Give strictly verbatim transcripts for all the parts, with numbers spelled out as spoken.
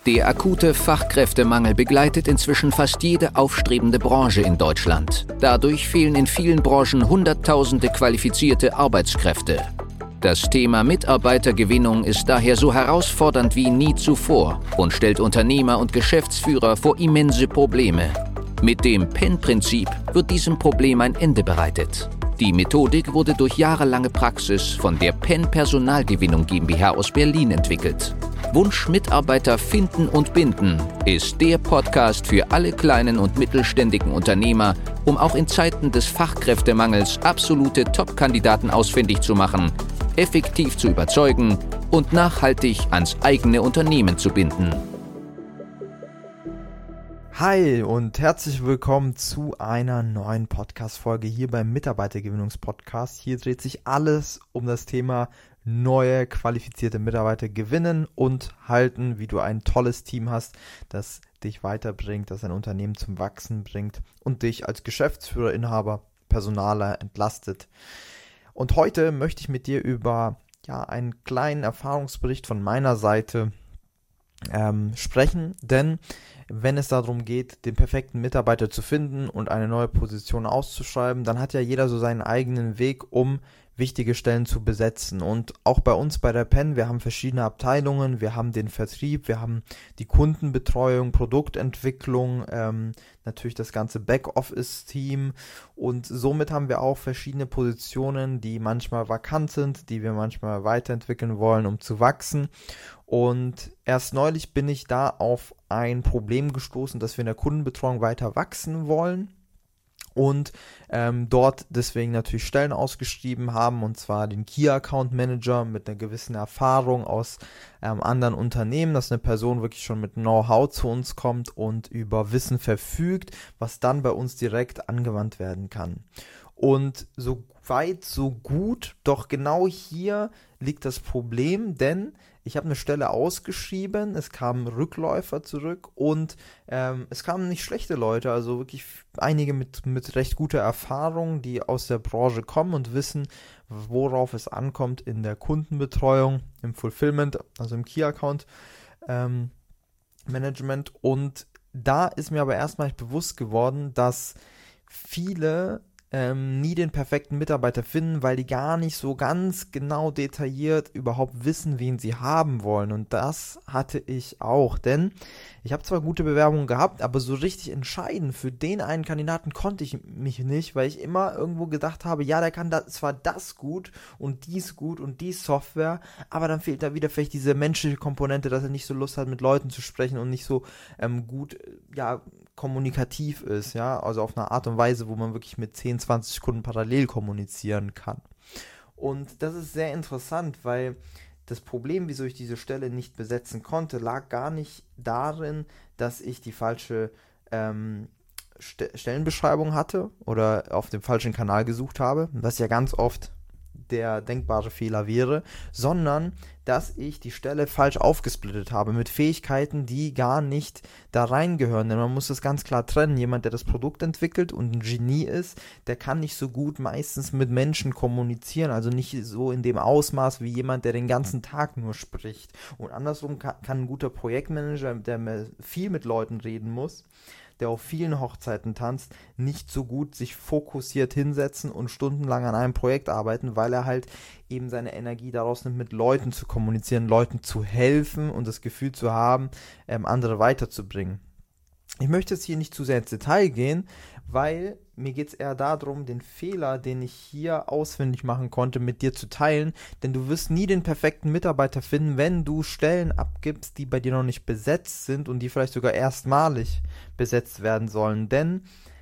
Der akute Fachkräftemangel begleitet inzwischen fast jede aufstrebende Branche in Deutschland. Dadurch fehlen in vielen Branchen Hunderttausende qualifizierte Arbeitskräfte. Das Thema Mitarbeitergewinnung ist daher so herausfordernd wie nie zuvor und stellt Unternehmer und Geschäftsführer vor immense Probleme. Mit dem P E N-Prinzip wird diesem Problem ein Ende bereitet. Die Methodik wurde durch jahrelange Praxis von der P E N Personalgewinnung GmbH aus Berlin entwickelt. Wunsch Mitarbeiter finden und binden ist der Podcast für alle kleinen und mittelständigen Unternehmer, um auch in Zeiten des Fachkräftemangels absolute Top-Kandidaten ausfindig zu machen, effektiv zu überzeugen und nachhaltig ans eigene Unternehmen zu binden. Hi und herzlich willkommen zu einer neuen Podcast-Folge hier beim Mitarbeitergewinnungspodcast. Hier dreht sich alles um das Thema neue qualifizierte Mitarbeiter gewinnen und halten, wie du ein tolles Team hast, das dich weiterbringt, das ein Unternehmen zum Wachsen bringt und dich als Geschäftsführer, Inhaber, Personaler entlastet. Und heute möchte ich mit dir über ja, einen kleinen Erfahrungsbericht von meiner Seite ähm, sprechen, denn wenn es darum geht, den perfekten Mitarbeiter zu finden und eine neue Position auszuschreiben, dann hat ja jeder so seinen eigenen Weg, um wichtige Stellen zu besetzen. Und auch bei uns bei der P E N, wir haben verschiedene Abteilungen, wir haben den Vertrieb, wir haben die Kundenbetreuung, Produktentwicklung, ähm, natürlich das ganze Backoffice-Team und somit haben wir auch verschiedene Positionen, die manchmal vakant sind, die wir manchmal weiterentwickeln wollen, um zu wachsen. Und erst neulich bin ich da auf ein Problem gestoßen, dass wir in der Kundenbetreuung weiter wachsen wollen. Und ähm, dort deswegen natürlich Stellen ausgeschrieben haben, und zwar den Key Account Manager mit einer gewissen Erfahrung aus ähm, anderen Unternehmen, dass eine Person wirklich schon mit Know-how zu uns kommt und über Wissen verfügt, was dann bei uns direkt angewandt werden kann. Und so weit, so gut, doch genau hier liegt das Problem, denn ich habe eine Stelle ausgeschrieben, es kamen Rückläufer zurück und ähm, es kamen nicht schlechte Leute, also wirklich einige mit, mit recht guter Erfahrung, die aus der Branche kommen und wissen, worauf es ankommt in der Kundenbetreuung, im Fulfillment, also im Key Account ähm, Management. Und da ist mir aber erstmal bewusst geworden, dass viele Ähm, nie den perfekten Mitarbeiter finden, weil die gar nicht so ganz genau detailliert überhaupt wissen, wen sie haben wollen. Und das hatte ich auch, denn ich habe zwar gute Bewerbungen gehabt, aber so richtig entscheiden für den einen Kandidaten konnte ich mich nicht, weil ich immer irgendwo gedacht habe, ja, der kann da zwar das gut und dies gut und dies Software, aber dann fehlt da wieder vielleicht diese menschliche Komponente, dass er nicht so Lust hat, mit Leuten zu sprechen und nicht so ähm, gut, ja, kommunikativ ist, ja, also auf eine Art und Weise, wo man wirklich mit zehn, zwanzig Kunden parallel kommunizieren kann. Und das ist sehr interessant, weil das Problem, wieso ich diese Stelle nicht besetzen konnte, lag gar nicht darin, dass ich die falsche ähm, St- Stellenbeschreibung hatte oder auf dem falschen Kanal gesucht habe, was ja ganz oft der denkbare Fehler wäre, sondern dass ich die Stelle falsch aufgesplittet habe mit Fähigkeiten, die gar nicht da reingehören, denn man muss das ganz klar trennen. Jemand, der das Produkt entwickelt und ein Genie ist, der kann nicht so gut meistens mit Menschen kommunizieren, also nicht so in dem Ausmaß wie jemand, der den ganzen Tag nur spricht. Und andersrum kann, kann ein guter Projektmanager, der viel mit Leuten reden muss, der auf vielen Hochzeiten tanzt, nicht so gut sich fokussiert hinsetzen und stundenlang an einem Projekt arbeiten, weil er halt eben seine Energie daraus nimmt, mit Leuten zu kommunizieren, Leuten zu helfen und das Gefühl zu haben, ähm, andere weiterzubringen. Ich möchte jetzt hier nicht zu sehr ins Detail gehen, weil mir geht es eher darum, den Fehler, den ich hier ausfindig machen konnte, mit dir zu teilen, denn du wirst nie den perfekten Mitarbeiter finden, wenn du Stellen abgibst, die bei dir noch nicht besetzt sind und die vielleicht sogar erstmalig besetzt werden sollen, denn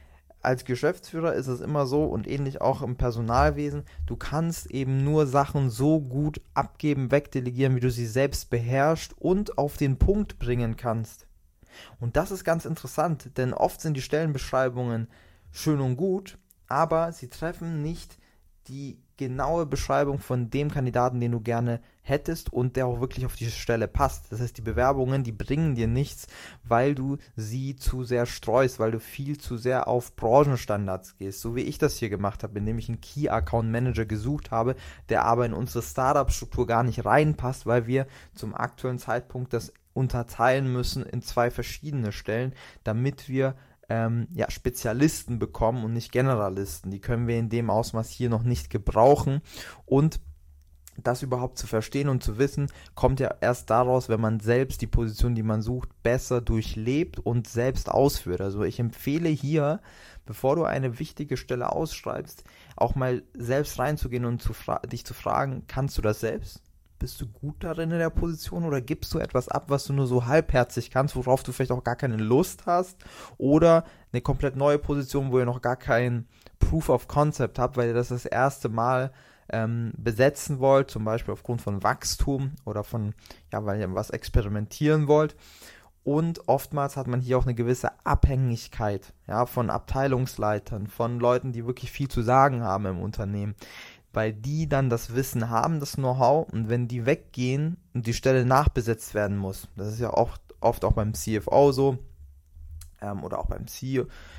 als Geschäftsführer ist es immer so und ähnlich auch im Personalwesen, du kannst eben nur Sachen so gut abgeben, wegdelegieren, wie du sie selbst beherrschst und auf den Punkt bringen kannst. Und das ist ganz interessant, denn oft sind die Stellenbeschreibungen schön und gut, aber sie treffen nicht die genaue Beschreibung von dem Kandidaten, den du gerne hättest und der auch wirklich auf diese Stelle passt. Das heißt, die Bewerbungen, die bringen dir nichts, weil du sie zu sehr streust, weil du viel zu sehr auf Branchenstandards gehst, so wie ich das hier gemacht habe, indem ich einen Key Account Manager gesucht habe, der aber in unsere Startup-Struktur gar nicht reinpasst, weil wir zum aktuellen Zeitpunkt das unterteilen müssen in zwei verschiedene Stellen, damit wir ähm, ja, Spezialisten bekommen und nicht Generalisten. Die können wir in dem Ausmaß hier noch nicht gebrauchen. Und das überhaupt zu verstehen und zu wissen, kommt ja erst daraus, wenn man selbst die Position, die man sucht, besser durchlebt und selbst ausführt. Also ich empfehle hier, bevor du eine wichtige Stelle ausschreibst, auch mal selbst reinzugehen und zu fra- dich zu fragen, kannst du das selbst? Bist du gut darin in der Position oder gibst du etwas ab, was du nur so halbherzig kannst, worauf du vielleicht auch gar keine Lust hast, oder eine komplett neue Position, wo ihr noch gar kein Proof of Concept habt, weil ihr das das erste Mal ähm, besetzen wollt, zum Beispiel aufgrund von Wachstum oder von, ja, weil ihr was experimentieren wollt. Und oftmals hat man hier auch eine gewisse Abhängigkeit, ja, von Abteilungsleitern, von Leuten, die wirklich viel zu sagen haben im Unternehmen, weil die dann das Wissen haben, das Know-how, und wenn die weggehen und die Stelle nachbesetzt werden muss, das ist ja oft, oft auch beim C F O so, ähm, oder auch beim C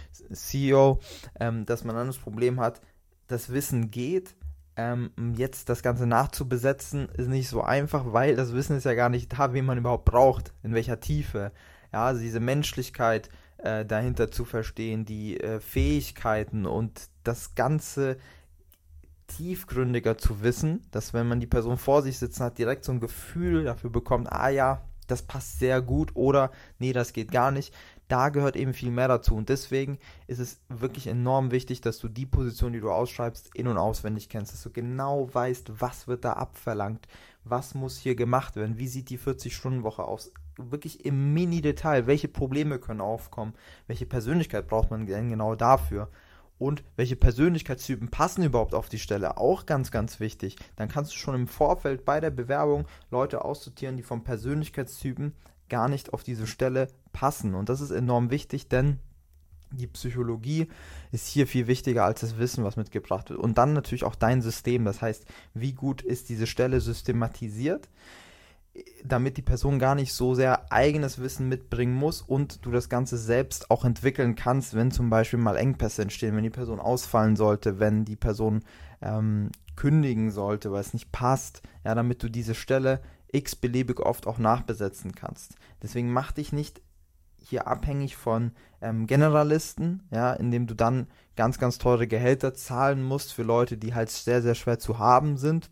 E O, ähm, dass man dann das Problem hat, das Wissen geht, ähm, jetzt das Ganze nachzubesetzen ist nicht so einfach, weil das Wissen ist ja gar nicht da, wen man überhaupt braucht, in welcher Tiefe, ja, also diese Menschlichkeit äh, dahinter zu verstehen, die äh, Fähigkeiten und das Ganze tiefgründiger zu wissen, dass wenn man die Person vor sich sitzen hat, direkt so ein Gefühl dafür bekommt, ah ja, das passt sehr gut oder nee, das geht gar nicht. Da gehört eben viel mehr dazu und deswegen ist es wirklich enorm wichtig, dass du die Position, die du ausschreibst, in- und auswendig kennst, dass du genau weißt, was wird da abverlangt, was muss hier gemacht werden, wie sieht die vierzig-Stunden-Woche aus, wirklich im Mini-Detail, welche Probleme können aufkommen, welche Persönlichkeit braucht man denn genau dafür. Und welche Persönlichkeitstypen passen überhaupt auf die Stelle, auch ganz, ganz wichtig. Dann kannst du schon im Vorfeld bei der Bewerbung Leute aussortieren, die vom Persönlichkeitstypen gar nicht auf diese Stelle passen. Und das ist enorm wichtig, denn die Psychologie ist hier viel wichtiger als das Wissen, was mitgebracht wird. Und dann natürlich auch dein System, das heißt, wie gut ist diese Stelle systematisiert, damit die Person gar nicht so sehr eigenes Wissen mitbringen muss und du das Ganze selbst auch entwickeln kannst, wenn zum Beispiel mal Engpässe entstehen, wenn die Person ausfallen sollte, wenn die Person ähm, kündigen sollte, weil es nicht passt, ja, damit du diese Stelle x-beliebig oft auch nachbesetzen kannst. Deswegen mach dich nicht hier abhängig von ähm, Generalisten, ja, indem du dann ganz, ganz teure Gehälter zahlen musst für Leute, die halt sehr, sehr schwer zu haben sind,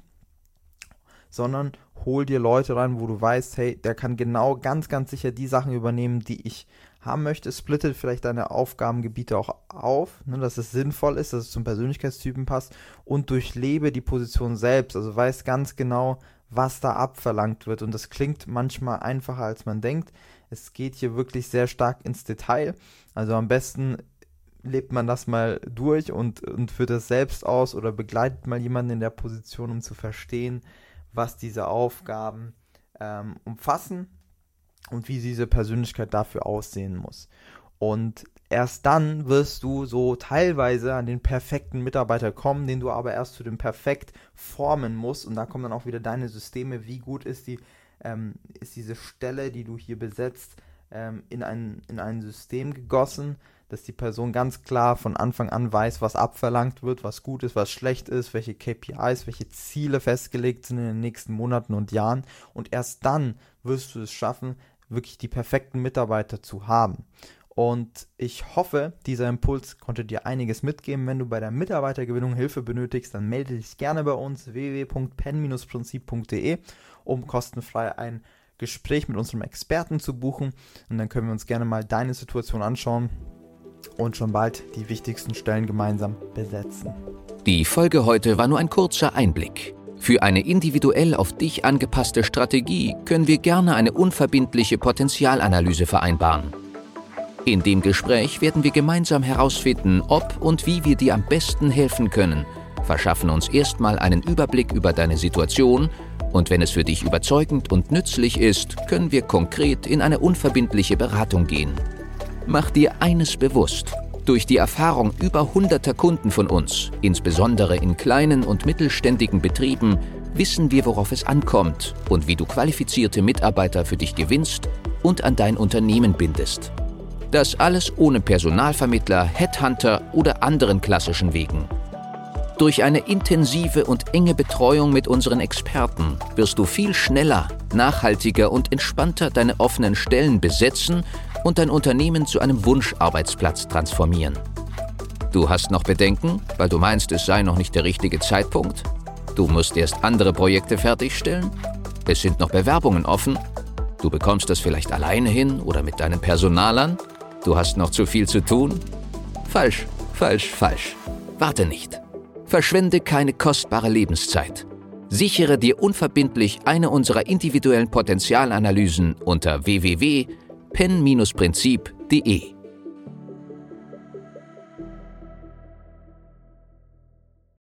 sondern hol dir Leute rein, wo du weißt, hey, der kann genau ganz, ganz sicher die Sachen übernehmen, die ich haben möchte. Splittet vielleicht deine Aufgabengebiete auch auf, ne, dass es sinnvoll ist, dass es zum Persönlichkeitstypen passt und durchlebe die Position selbst, also weiß ganz genau, was da abverlangt wird und das klingt manchmal einfacher, als man denkt. Es geht hier wirklich sehr stark ins Detail, also am besten lebt man das mal durch und, und führt das selbst aus oder begleitet mal jemanden in der Position, um zu verstehen, was diese Aufgaben ähm, umfassen und wie diese Persönlichkeit dafür aussehen muss. Und erst dann wirst du so teilweise an den perfekten Mitarbeiter kommen, den du aber erst zu dem Perfekt formen musst. Und da kommen dann auch wieder deine Systeme, wie gut ist, die, ähm, ist diese Stelle, die du hier besetzt, ähm, in ein, in ein System gegossen, dass die Person ganz klar von Anfang an weiß, was abverlangt wird, was gut ist, was schlecht ist, welche K P Is, welche Ziele festgelegt sind in den nächsten Monaten und Jahren. Und erst dann wirst du es schaffen, wirklich die perfekten Mitarbeiter zu haben. Und ich hoffe, dieser Impuls konnte dir einiges mitgeben. Wenn du bei der Mitarbeitergewinnung Hilfe benötigst, dann melde dich gerne bei uns w w w punkt pen Bindestrich prinzip punkt d e, um kostenfrei ein Gespräch mit unserem Experten zu buchen. Und dann können wir uns gerne mal deine Situation anschauen und schon bald die wichtigsten Stellen gemeinsam besetzen. Die Folge heute war nur ein kurzer Einblick. Für eine individuell auf dich angepasste Strategie können wir gerne eine unverbindliche Potenzialanalyse vereinbaren. In dem Gespräch werden wir gemeinsam herausfinden, ob und wie wir dir am besten helfen können, verschaffen uns erstmal einen Überblick über deine Situation und wenn es für dich überzeugend und nützlich ist, können wir konkret in eine unverbindliche Beratung gehen. Mach dir eines bewusst: Durch die Erfahrung über hunderter Kunden von uns, insbesondere in kleinen und mittelständigen Betrieben, wissen wir, worauf es ankommt und wie du qualifizierte Mitarbeiter für dich gewinnst und an dein Unternehmen bindest. Das alles ohne Personalvermittler, Headhunter oder anderen klassischen Wegen. Durch eine intensive und enge Betreuung mit unseren Experten wirst du viel schneller, nachhaltiger und entspannter deine offenen Stellen besetzen und dein Unternehmen zu einem Wunscharbeitsplatz transformieren. Du hast noch Bedenken, weil du meinst, es sei noch nicht der richtige Zeitpunkt? Du musst erst andere Projekte fertigstellen? Es sind noch Bewerbungen offen? Du bekommst das vielleicht alleine hin oder mit deinen Personalern? Du hast noch zu viel zu tun? Falsch, falsch, falsch. Warte nicht. Verschwende keine kostbare Lebenszeit. Sichere dir unverbindlich eine unserer individuellen Potenzialanalysen unter w w w punkt pen Bindestrich prinzip punkt de.